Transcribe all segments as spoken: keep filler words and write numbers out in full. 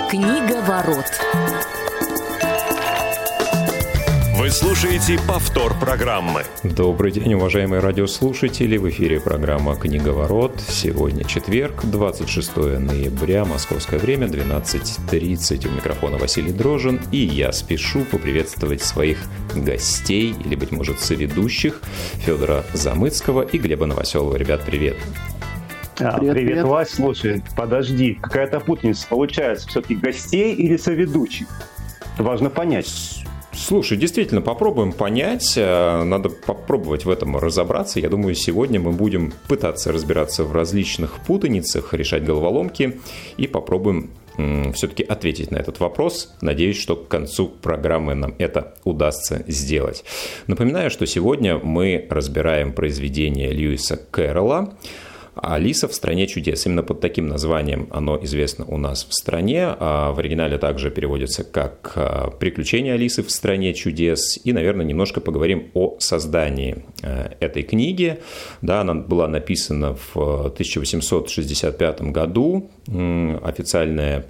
Книга ворот. Вы слушаете повтор программы. Добрый день, уважаемые радиослушатели. В эфире программа «Книга ворот». Сегодня четверг, двадцать шестое ноября, московское время, двенадцать тридцать. У микрофона Василий Дрожжин. И я спешу поприветствовать своих гостей, или, быть может, соведущих, Федора Замыцкого и Глеба Новоселова. Ребят, привет. А, привет, привет, привет, Вась. Слушай, подожди, какая-то путаница получается. Все-таки гостей или соведущих? Это важно понять. Слушай, действительно, попробуем понять, надо попробовать в этом разобраться. Я думаю, сегодня мы будем пытаться разбираться в различных путаницах, решать головоломки и попробуем м, все-таки ответить на этот вопрос. Надеюсь, что к концу программы нам это удастся сделать. Напоминаю, что сегодня мы разбираем произведение Льюиса Кэрролла «Алиса в стране чудес». Именно под таким названием оно известно у нас в стране. В оригинале также переводится как «Приключения Алисы в стране чудес». И, наверное, немножко поговорим о создании этой книги. Да, она была написана в тысяча восемьсот шестьдесят пятом году. Официальная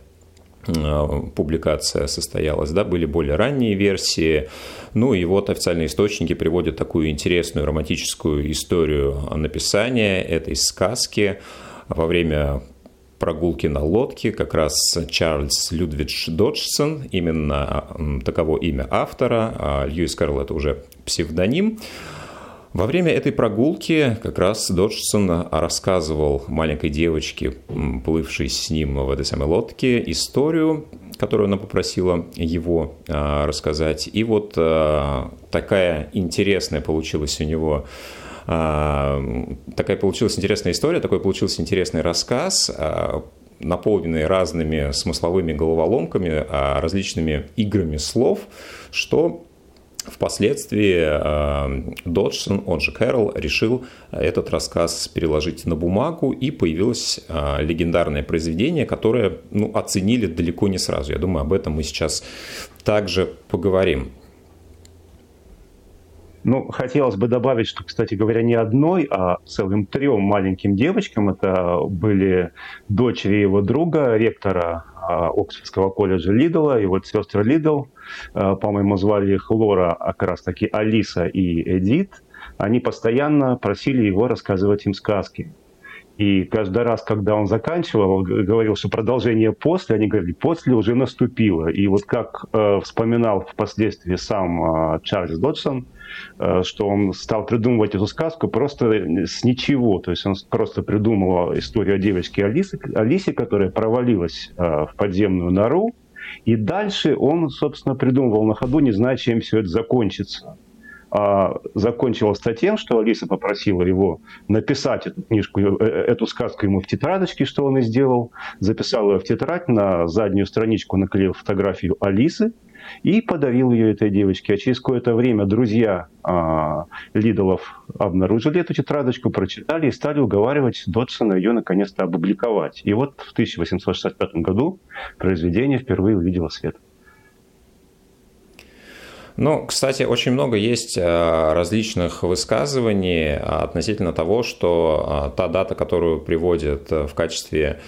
публикация состоялась, да, были более ранние версии. Ну и вот официальные источники приводят такую интересную романтическую историю написания этой сказки. Во время прогулки на лодке как раз Чарльз Людвидж Доджсон, именно таково имя автора, а Льюис Кэрролл — это уже псевдоним. Во время этой прогулки как раз Доджсон рассказывал маленькой девочке, плывшей с ним в этой самой лодке, историю, которую она попросила его а, рассказать. И вот а, такая интересная получилась у него, а, такая получилась интересная история, такой получился интересный рассказ, а, наполненный разными смысловыми головоломками, а, различными играми слов, что впоследствии Доджсон, он же Кэрролл, решил этот рассказ переложить на бумагу, и появилось легендарное произведение, которое, ну, оценили далеко не сразу. Я думаю, об этом мы сейчас также поговорим. Ну, хотелось бы добавить, что, кстати говоря, не одной, а целым трем маленьким девочкам. Это были дочери его друга, ректора Оксфордского колледжа Лиддла, и вот сестры Лиддл, по-моему, звали их Лора, а как раз таки Алиса и Эдит. Они постоянно просили его рассказывать им сказки. И каждый раз, когда он заканчивал, говорил, что продолжение после, они говорили, после уже наступило. И вот как э, вспоминал впоследствии сам э, Чарльз Доджсон, э, что он стал придумывать эту сказку просто с ничего. То есть он просто придумал историю о девочке Алисе, Алисе, которая провалилась э, в подземную нору. И дальше он, собственно, придумывал на ходу, не зная, чем все это закончится. А закончилось-то тем, что Алиса попросила его написать эту книжку, эту сказку ему в тетрадочке, что он и сделал. Записал ее в тетрадь, на заднюю страничку наклеил фотографию Алисы и подарил ее этой девочке. А через какое-то время друзья а, Лиддлов обнаружили эту тетрадочку, прочитали и стали уговаривать Доджсона ее наконец-то опубликовать. И вот в тысяча восемьсот шестьдесят пятом году произведение впервые увидело свет. Ну, кстати, очень много есть различных высказываний относительно того, что та дата, которую приводят в качестве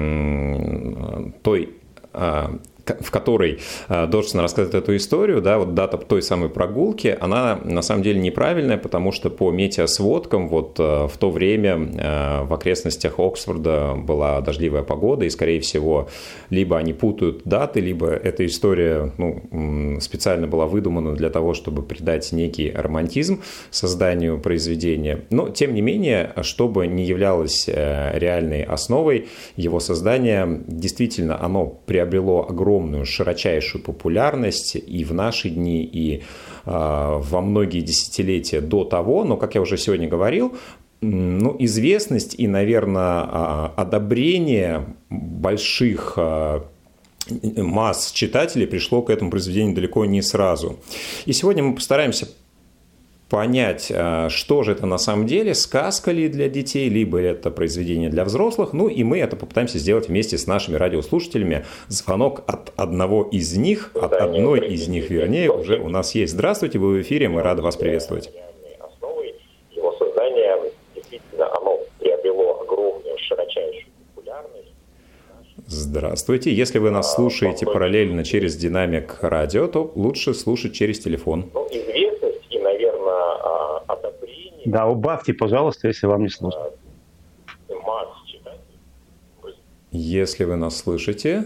той, в которой Доджсон рассказывает эту историю, да, вот дата той самой прогулки, она на самом деле неправильная, потому что по метеосводкам вот в то время в окрестностях Оксфорда была дождливая погода, и, скорее всего, либо они путают даты, либо эта история, ну, специально была выдумана для того, чтобы придать некий романтизм созданию произведения. Но, тем не менее, чтобы не являлось реальной основой его создания, действительно, оно приобрело огромную широчайшую популярность и в наши дни, и э, во многие десятилетия до того. Но, как я уже сегодня говорил, ну, известность и, наверное, одобрение больших э, масс читателей пришло к этому произведению далеко не сразу. И сегодня мы постараемся понять, что же это на самом деле, сказка ли для детей, либо это произведение для взрослых. Ну и мы это попытаемся сделать вместе с нашими радиослушателями. Звонок от одного из них, от одной из них, вернее, уже у нас есть. Здравствуйте, вы в эфире, мы рады вас приветствовать. Основой его создания действительно оно приобрело огромную широчайшую популярность. Здравствуйте. Если вы нас слушаете параллельно через динамик радио, то лучше слушать через телефон. Ну, известность и, наверное, одобрение. Да, убавьте, пожалуйста, если вам не сложно. Масс читателей. Если вы нас слышите...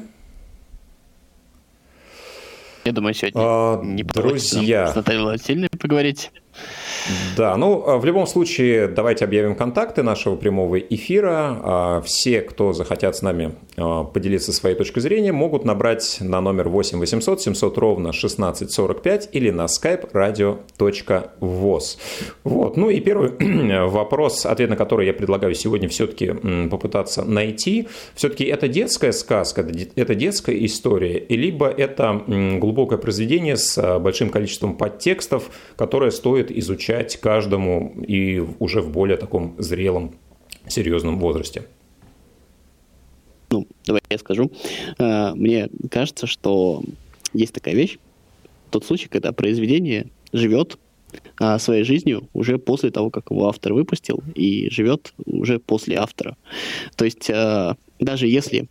Я думаю, сегодня а, не получится друзья, нам с Натальей Васильевной поговорить. Да, ну, в любом случае, давайте объявим контакты нашего прямого эфира. Все, кто захотят с нами поделиться своей точкой зрения, могут набрать на номер восемь восемьсот семьсот ровно шестнадцать сорок пять или на skype radio точка voz. Вот. Ну и первый вопрос, ответ на который я предлагаю сегодня все-таки попытаться найти. Все-таки это детская сказка, это детская история, либо это глубокое произведение с большим количеством подтекстов, которое стоит изучать каждому и уже в более таком зрелом, серьезном возрасте? Ну, давай я скажу. Мне кажется, что есть такая вещь, тот случай, когда произведение живет своей жизнью уже после того, как его автор выпустил, и живет уже после автора. То есть даже если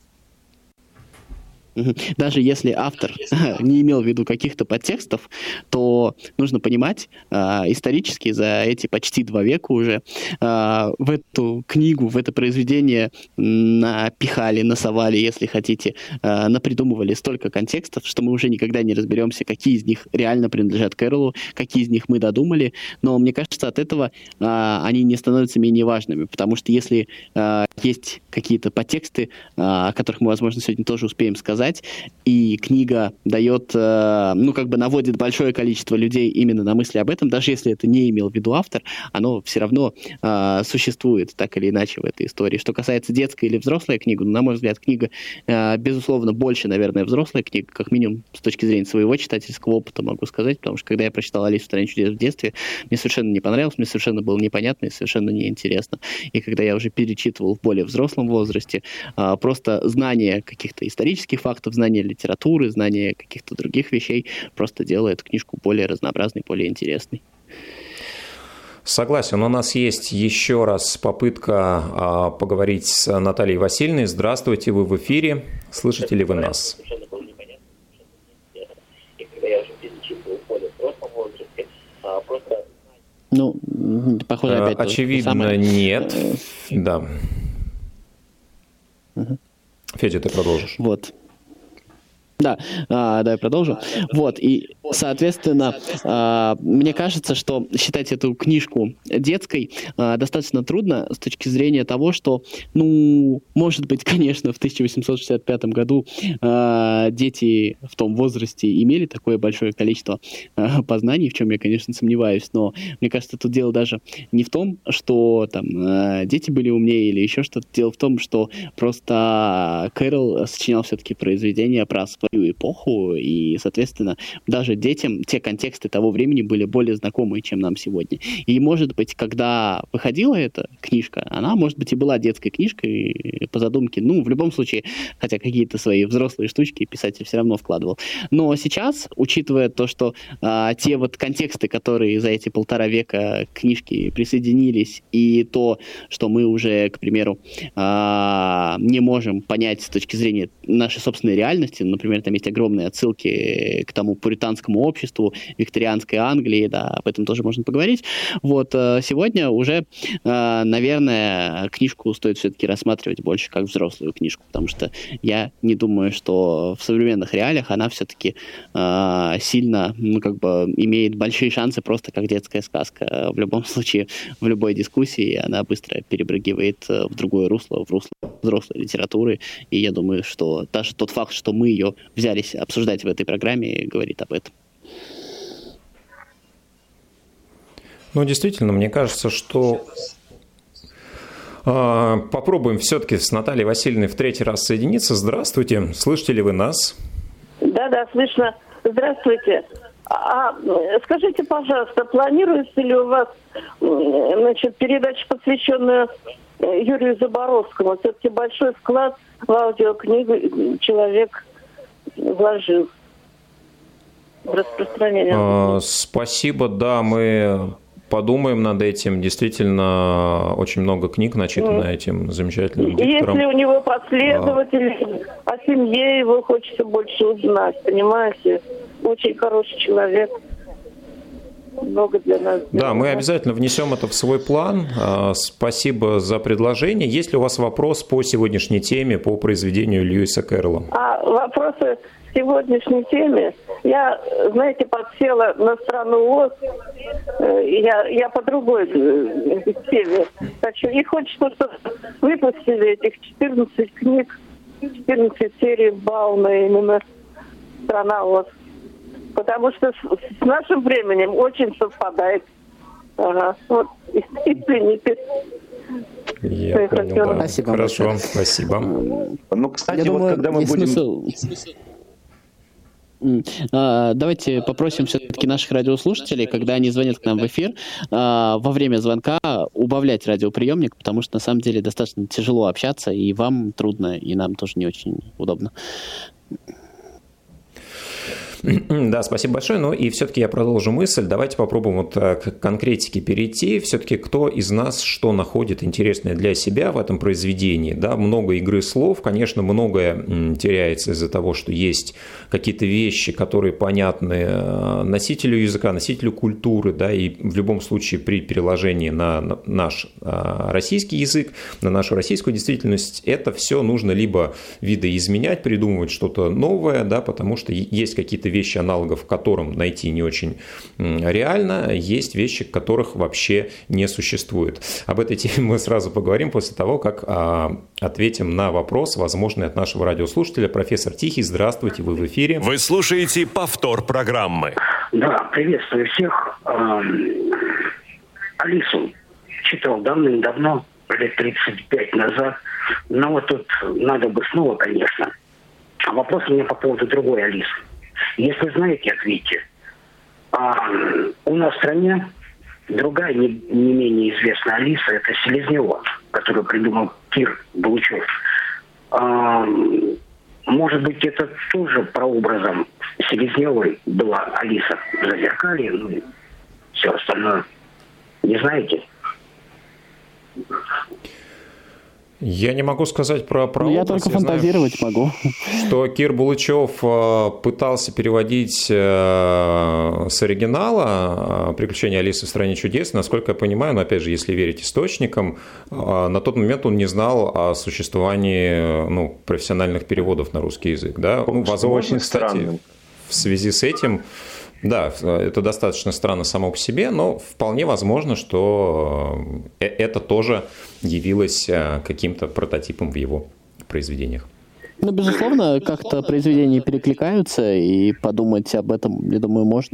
Даже если автор не имел в виду каких-то подтекстов, то нужно понимать, э, исторически за эти почти два века уже э, в эту книгу, в это произведение напихали, насовали, если хотите, э, напридумывали столько контекстов, что мы уже никогда не разберемся, какие из них реально принадлежат Кэрролу, какие из них мы додумали. Но мне кажется, от этого э, они не становятся менее важными, потому что если э, есть какие-то подтексты, э, о которых мы, возможно, сегодня тоже успеем сказать, и книга дает, ну, как бы наводит большое количество людей именно на мысли об этом, даже если это не имел в виду автор, оно все равно э, существует так или иначе в этой истории. Что касается детской или взрослой книги, ну, на мой взгляд, книга, э, безусловно, больше, наверное, взрослая книга, как минимум с точки зрения своего читательского опыта могу сказать, потому что когда я прочитал «Алису в стране чудес» в детстве, мне совершенно не понравилось, мне совершенно было непонятно и совершенно неинтересно. И когда я уже перечитывал в более взрослом возрасте, э, просто знание каких-то исторических фактов, знание литературы, знание каких-то других вещей просто делает книжку более разнообразной, более интересной. Согласен. У нас есть еще раз попытка а, поговорить с Натальей Васильевной. Здравствуйте, вы в эфире. Слышите ли вы нас? Ну, похоже, опять очевидно, самое... нет. Да. Угу. Федя, ты продолжишь. Вот. Да, а, да, я продолжу. Вот, и, соответственно, а, мне кажется, что считать эту книжку детской а, достаточно трудно с точки зрения того, что, ну, может быть, конечно, в тысяча восемьсот шестьдесят пятом году а, дети в том возрасте имели такое большое количество а, познаний, в чем я, конечно, сомневаюсь, но мне кажется, тут дело даже не в том, что там а, дети были умнее или еще что-то. Дело в том, что просто Кэрролл сочинял все-таки произведения про свою эпоху, и, соответственно, даже детям те контексты того времени были более знакомые, чем нам сегодня. И, может быть, когда выходила эта книжка, она, может быть, и была детской книжкой по задумке, ну, в любом случае, хотя какие-то свои взрослые штучки писатель все равно вкладывал. Но сейчас, учитывая то, что а, те вот контексты, которые за эти полтора века книжки присоединились, и то, что мы уже, к примеру, а, не можем понять с точки зрения нашей собственной реальности, например, там есть огромные отсылки к тому пуританскому обществу, викторианской Англии, да, об этом тоже можно поговорить. Вот, сегодня уже, наверное, книжку стоит все-таки рассматривать больше как взрослую книжку, потому что я не думаю, что в современных реалиях она все-таки сильно, ну, как бы, имеет большие шансы просто как детская сказка. В любом случае, в любой дискуссии она быстро перепрыгивает в другое русло, в русло взрослой литературы, и я думаю, что даже тот факт, что мы ее взялись обсуждать в этой программе, говорит об этом. Ну, действительно, мне кажется, что э, попробуем все-таки с Натальей Васильевной в третий раз соединиться. Здравствуйте, слышите ли вы нас? Да, да, слышно. Здравствуйте. А, скажите, пожалуйста, планируется ли у вас, значит, передача, посвященная Юрию Заборовскому? Все-таки большой вклад в аудиокнигу человек вложил в распространение. А, спасибо, да, мы подумаем над этим. Действительно, очень много книг начитано mm. этим замечательным диктором. Если у него последователи, а... о семье его хочется больше узнать, понимаете? Очень хороший человек. Много для нас. Да, мы обязательно внесем это в свой план. Спасибо за предложение. Есть ли у вас вопрос по сегодняшней теме, по произведению Льюиса Кэрролла? А вопросы к сегодняшней теме? Я, знаете, подсела на страну Оз. Я, я по другой теме хочу. И хочется, чтобы выпустили этих четырнадцать книг, четырнадцать серий Бауна, именно «Страна Оз». Потому что с, с нашим временем очень совпадает. Ага. Вот, извините. Я понял, да. Спасибо. Хорошо, большое. Спасибо. Ну, кстати, Я вот думаю, когда мы есть будем... смысл... А, давайте попросим все-таки наших радиослушателей, когда они звонят к нам в эфир, а, во время звонка убавлять радиоприемник, потому что на самом деле достаточно тяжело общаться, и вам трудно, и нам тоже не очень удобно. Да, спасибо большое. Ну и все-таки я продолжу мысль. Давайте попробуем вот к конкретике перейти. Все-таки кто из нас что находит интересное для себя в этом произведении? Да, много игры слов. Конечно, многое теряется из-за того, что есть какие-то вещи, которые понятны носителю языка, носителю культуры. Да, и в любом случае при переложении на наш российский язык, на нашу российскую действительность, это все нужно либо видоизменять, придумывать что-то новое, да, потому что есть какие-то вещи, аналогов которым найти не очень реально, есть вещи, которых вообще не существует. Об этой теме мы сразу поговорим после того, как а, ответим на вопрос, возможный от нашего радиослушателя. Профессор Тихий, здравствуйте, вы в эфире. Вы слушаете повтор программы. Да, приветствую всех. Алису читал давным-давно, лет тридцать пять назад, но вот тут надо бы снова, конечно. А вопрос у меня по поводу другой Алисы. Если знаете, ответьте. А, у нас в стране другая, не, не менее известная Алиса, это Селезнева, которую придумал Кир Булычев. А, может быть, это тоже прообразом Селезневой была Алиса в Зазеркалье, ну и все остальное. Не знаете? Я не могу сказать про прообраз. Ну, я только я фантазировать знаю, могу. Что Кир Булычев пытался переводить с оригинала «Приключения Алисы в стране чудес». Насколько я понимаю, но опять же, если верить источникам, на тот момент он не знал о существовании ну, профессиональных переводов на русский язык. Да? Ну, возможно, кстати, странным. В связи с этим... Да, это достаточно странно само по себе, но вполне возможно, что это тоже явилось каким-то прототипом в его произведениях. Ну, безусловно, как-то произведения перекликаются, и подумать об этом, я думаю, можно.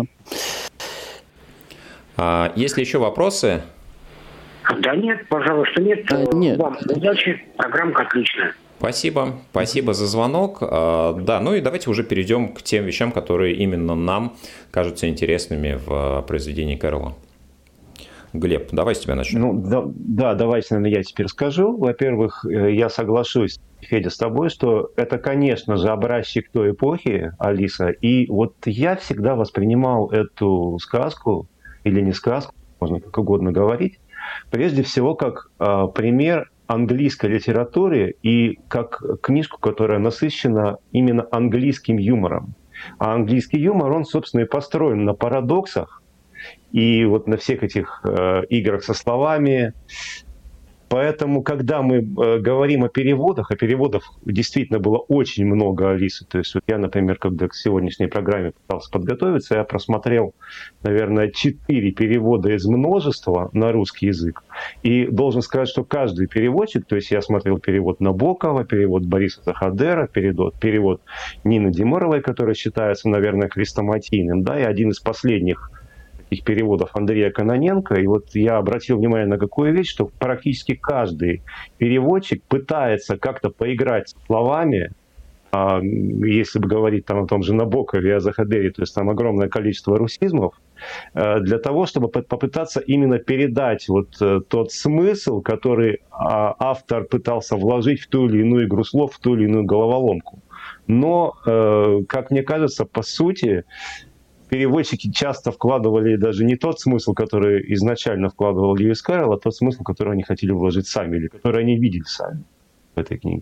А есть ли еще вопросы? Да нет, пожалуйста, нет. А, нет. Вам удачи, программка отличная. Спасибо, спасибо за звонок. Да, ну и давайте уже перейдем к тем вещам, которые именно нам кажутся интересными в произведении Кэрролла. Глеб, давай с тебя начнем. Ну, да, да, давайте, наверное, я теперь скажу. Во-первых, я соглашусь, Федя, с тобой, что это, конечно же, образчик той эпохи, Алиса. И вот я всегда воспринимал эту сказку, или не сказку, можно как угодно говорить, прежде всего как э, пример английской литературы и как книжку, которая насыщена именно английским юмором. А английский юмор, он, собственно, и построен на парадоксах и вот на всех этих э, играх со словами. Поэтому, когда мы э, говорим о переводах, а переводов действительно было очень много, Алисы. То есть вот я, например, когда к сегодняшней программе пытался подготовиться, я просмотрел, наверное, четыре перевода из множества на русский язык. И должен сказать, что каждый переводчик, то есть я смотрел перевод Набокова, перевод Бориса Сахадера, перевод, перевод Нины Деморовой, который считается, наверное, хрестоматийным, да, и один из последних их переводов Андрея Кононенко. И вот я обратил внимание на какую вещь, что практически каждый переводчик пытается как-то поиграть с словами, а, если бы говорить там о том же Набокове и о Захадере, то есть там огромное количество русизмов, а, для того, чтобы попытаться именно передать вот а, тот смысл, который а, автор пытался вложить в ту или иную игру слов, в ту или иную головоломку. Но, а, как мне кажется, по сути, переводчики часто вкладывали даже не тот смысл, который изначально вкладывал Льюис Кэрролл, а тот смысл, который они хотели вложить сами, или который они видели сами в этой книге.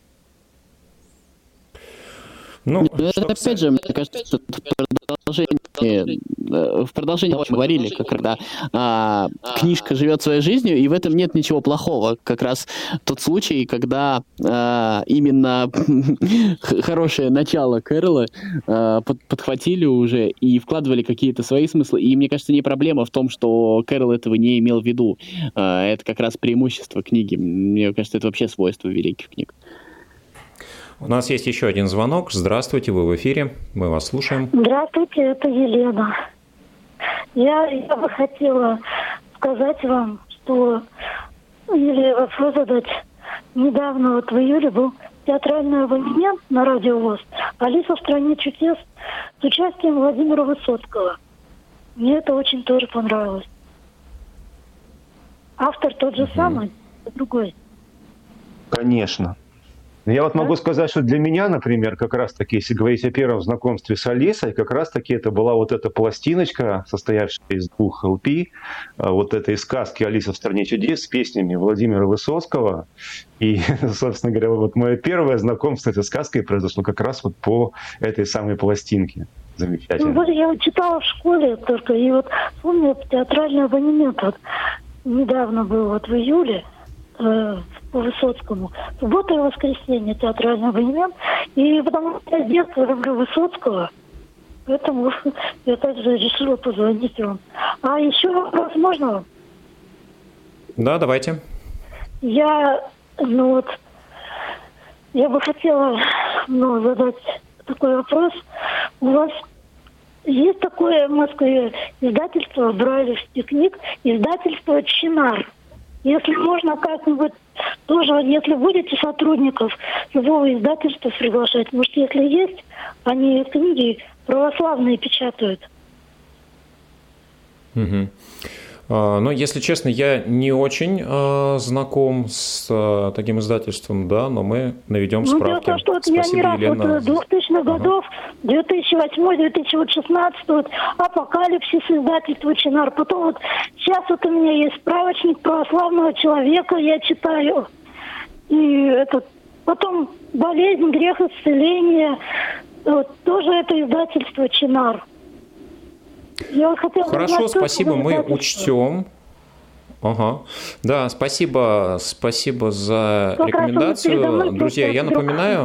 Ну, это, опять же, мне кажется, что в продолжении, в продолжении мы говорили, как когда а, книжка живет своей жизнью, и в этом нет ничего плохого. Как раз тот случай, когда а, именно хорошее начало Кэрролла а, под, подхватили уже и вкладывали какие-то свои смыслы. И мне кажется, не проблема в том, что Кэрролл этого не имел в виду. А, это как раз преимущество книги. Мне кажется, это вообще свойство великих книг. У нас есть еще один звонок. Здравствуйте, вы в эфире. Мы вас слушаем. Здравствуйте, это Елена. Я, я бы хотела сказать вам, что, или вопрос задать. Недавно, вот в июле, был театральный абонемент на Радио ВОС «Алиса в стране чудес» с участием Владимира Высоцкого. Мне это очень тоже понравилось. Автор тот же самый, другой. Конечно. Я вот могу сказать, что для меня, например, как раз-таки, если говорить о первом знакомстве с Алисой, как раз-таки это была вот эта пластиночка, состоявшая из двух эл пи, вот этой сказки «Алиса в стране чудес» с песнями Владимира Высоцкого. И, собственно говоря, вот мое первое знакомство с этой сказкой произошло как раз вот по этой самой пластинке. Замечательно. Ну, я вот читала в школе только, и вот помню, театральный абонемент вот недавно был, вот в июле, э, по Высоцкому. Суббота и воскресенье театральный абонемент. И потому что я с детства люблю Высоцкого, поэтому я также решила позвонить вам. А еще вопрос можно вам? Да, давайте. Я, ну вот, я бы хотела, ну, задать такой вопрос. У вас есть такое в Москве издательство брайлевских книг, издательство «Чинар». Если можно как-нибудь тоже, если будете сотрудников любого издательства приглашать, может, если есть, они книги православные печатают. Угу. Но, если честно, я не очень э, знаком с э, таким издательством, да, но мы наведем справки. Ну, дело в том, что вот я не раз Елена. Вот, двухтысячных ага. годов, две тысячи восьмой - две тысячи шестнадцатый, вот, «Апокалипсис» издательство «Чинар». Потом вот сейчас вот у меня есть справочник православного человека, я читаю. И этот, потом «Болезнь, грех, исцеление», вот, тоже это издательство «Чинар». Я Хорошо, узнать, спасибо, мы учтем. Ага. Да, спасибо, спасибо за как рекомендацию. Друзья, я напоминаю...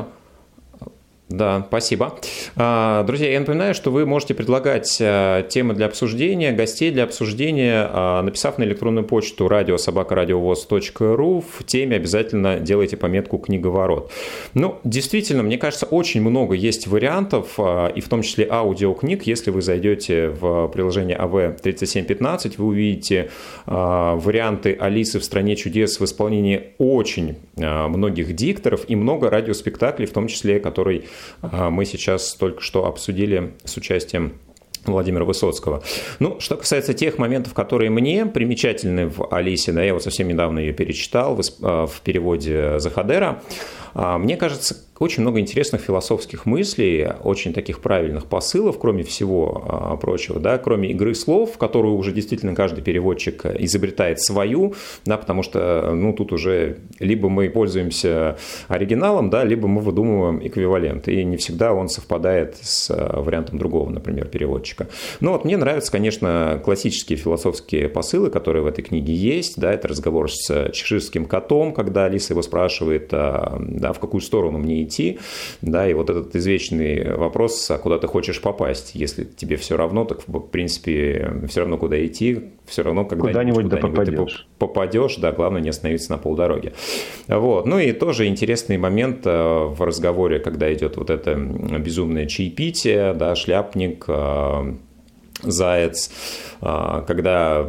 Да, спасибо. Друзья, я напоминаю, что вы можете предлагать темы для обсуждения, гостей для обсуждения, написав на электронную почту радио собака радиовос точка ру. В теме обязательно делайте пометку «Книговорот». Ну, действительно, мне кажется, очень много есть вариантов, и в том числе аудиокниг. Если вы зайдете в приложение эй ви тридцать семь пятнадцать, вы увидите варианты «Алисы в стране чудес» в исполнении очень многих дикторов и много радиоспектаклей, в том числе, который мы сейчас только что обсудили с участием Владимира Высоцкого. Ну, что касается тех моментов, которые мне примечательны в «Алисе», да, я вот совсем недавно ее перечитал в, в переводе Захадера, мне кажется, очень много интересных философских мыслей, очень таких правильных посылов, кроме всего прочего, да, кроме игры слов, которую уже действительно каждый переводчик изобретает свою, да, потому что, ну, тут уже либо мы пользуемся оригиналом, да, либо мы выдумываем эквивалент, и не всегда он совпадает с вариантом другого, например, переводчика. Но вот мне нравятся, конечно, классические философские посылы, которые в этой книге есть, да, это разговор с чеширским котом, когда Алиса его спрашивает, да, в какую сторону мне идти, да, и вот этот извечный вопрос, а куда ты хочешь попасть, если тебе все равно, так, в принципе, все равно куда идти, все равно когда-нибудь, куда-нибудь, куда-нибудь да ты попадешь. попадешь, да, главное не остановиться на полдороге. Вот. Ну и тоже интересный момент в разговоре, когда идет вот это безумное чаепитие, да, шляпник, Заяц, когда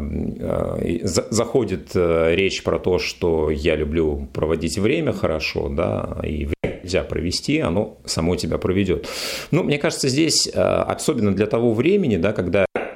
заходит речь про то, что я люблю проводить время хорошо, да, и время нельзя провести, оно само тебя проведет. Ну, мне кажется, здесь, особенно для того времени, да, когда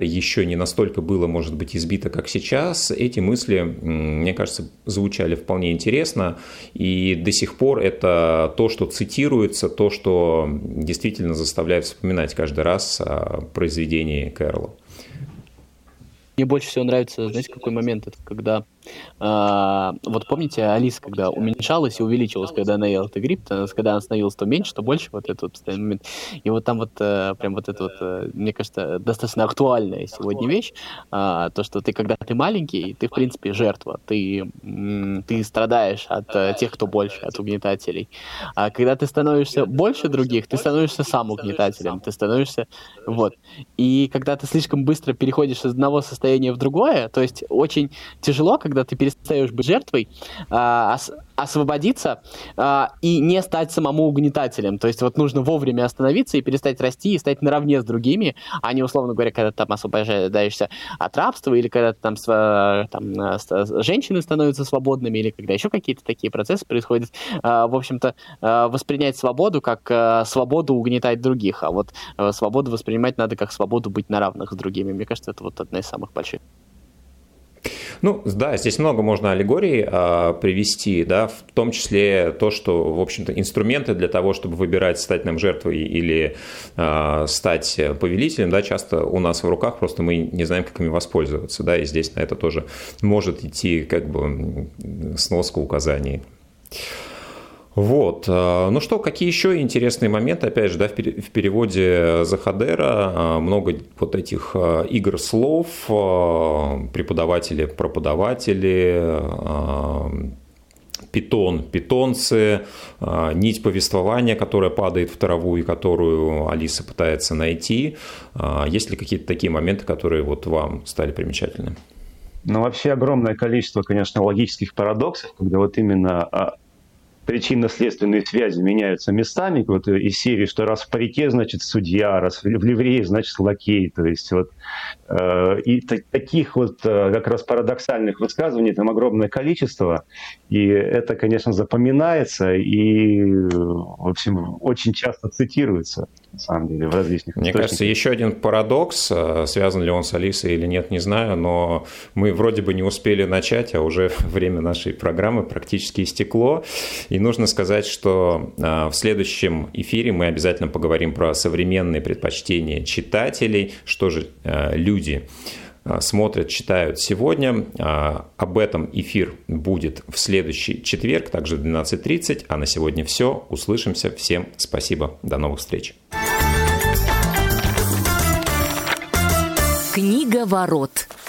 когда-то еще не настолько было, может быть, избито, как сейчас, эти мысли, мне кажется, звучали вполне интересно, и до сих пор это то, что цитируется, то, что действительно заставляет вспоминать каждый раз о произведении Кэрролла. Мне больше всего нравится, знаете, какой момент? Это когда, э, вот помните, Алиса, когда уменьшалась и увеличивалась, когда она ела этот гриб, то, когда она становилась то меньше, то больше, вот этот вот постоянный момент. И вот там вот э, прям вот это вот, э, мне кажется, достаточно актуальная сегодня вещь, э, то, что ты, когда ты маленький, ты, в принципе, жертва, ты, м, ты страдаешь от э, тех, кто больше, от угнетателей. А когда ты становишься больше других, ты становишься сам угнетателем, ты становишься, вот. И когда ты слишком быстро переходишь из одного состояния в другое, то есть очень тяжело, когда ты перестаешь быть жертвой, а, ос- освободиться а, и не стать самому угнетателем. То есть вот нужно вовремя остановиться и перестать расти, и стать наравне с другими, а не, условно говоря, когда ты там освобождаешься от рабства, или когда ты там, с, там с, женщины становятся свободными, или когда еще какие-то такие процессы происходят. А, в общем-то, а, воспринять свободу как а, свободу угнетать других, а вот а, свободу воспринимать надо как свободу быть на равных с другими. Мне кажется, это вот одна из самых больших. Ну, да, здесь много можно аллегорий а, привести, да, в том числе то, что, в общем-то, инструменты для того, чтобы выбирать, стать нам жертвой или а, стать повелителем, да, часто у нас в руках, просто мы не знаем, как ими воспользоваться, да, и здесь на это тоже может идти, как бы, сноска указаний. Вот. Ну что, какие еще интересные моменты, опять же, да, в переводе Захадера много вот этих игр слов, преподаватели, преподаватели, питон, питонцы, нить повествования, которая падает в траву и которую Алиса пытается найти. Есть ли какие-то такие моменты, которые вот вам стали примечательны? Ну, вообще огромное количество, конечно, логических парадоксов, когда вот именно причинно-следственные связи меняются местами, вот из серии, что раз в парике, значит, судья, раз в ливрее, значит, лакей. То есть вот э, и т- таких вот э, как раз парадоксальных высказываний там огромное количество, и это, конечно, запоминается и, в общем, очень часто цитируется, на самом деле, в различных Мне источниках. кажется, еще один парадокс, связан ли он с Алисой или нет, не знаю, но мы вроде бы не успели начать, а уже время нашей программы практически истекло. И нужно сказать, что в следующем эфире мы обязательно поговорим про современные предпочтения читателей, что же люди смотрят, читают сегодня. Об этом эфир будет в следующий четверг, также в двенадцать тридцать. А на сегодня все. Услышимся. Всем спасибо. До новых встреч. Книга ворот.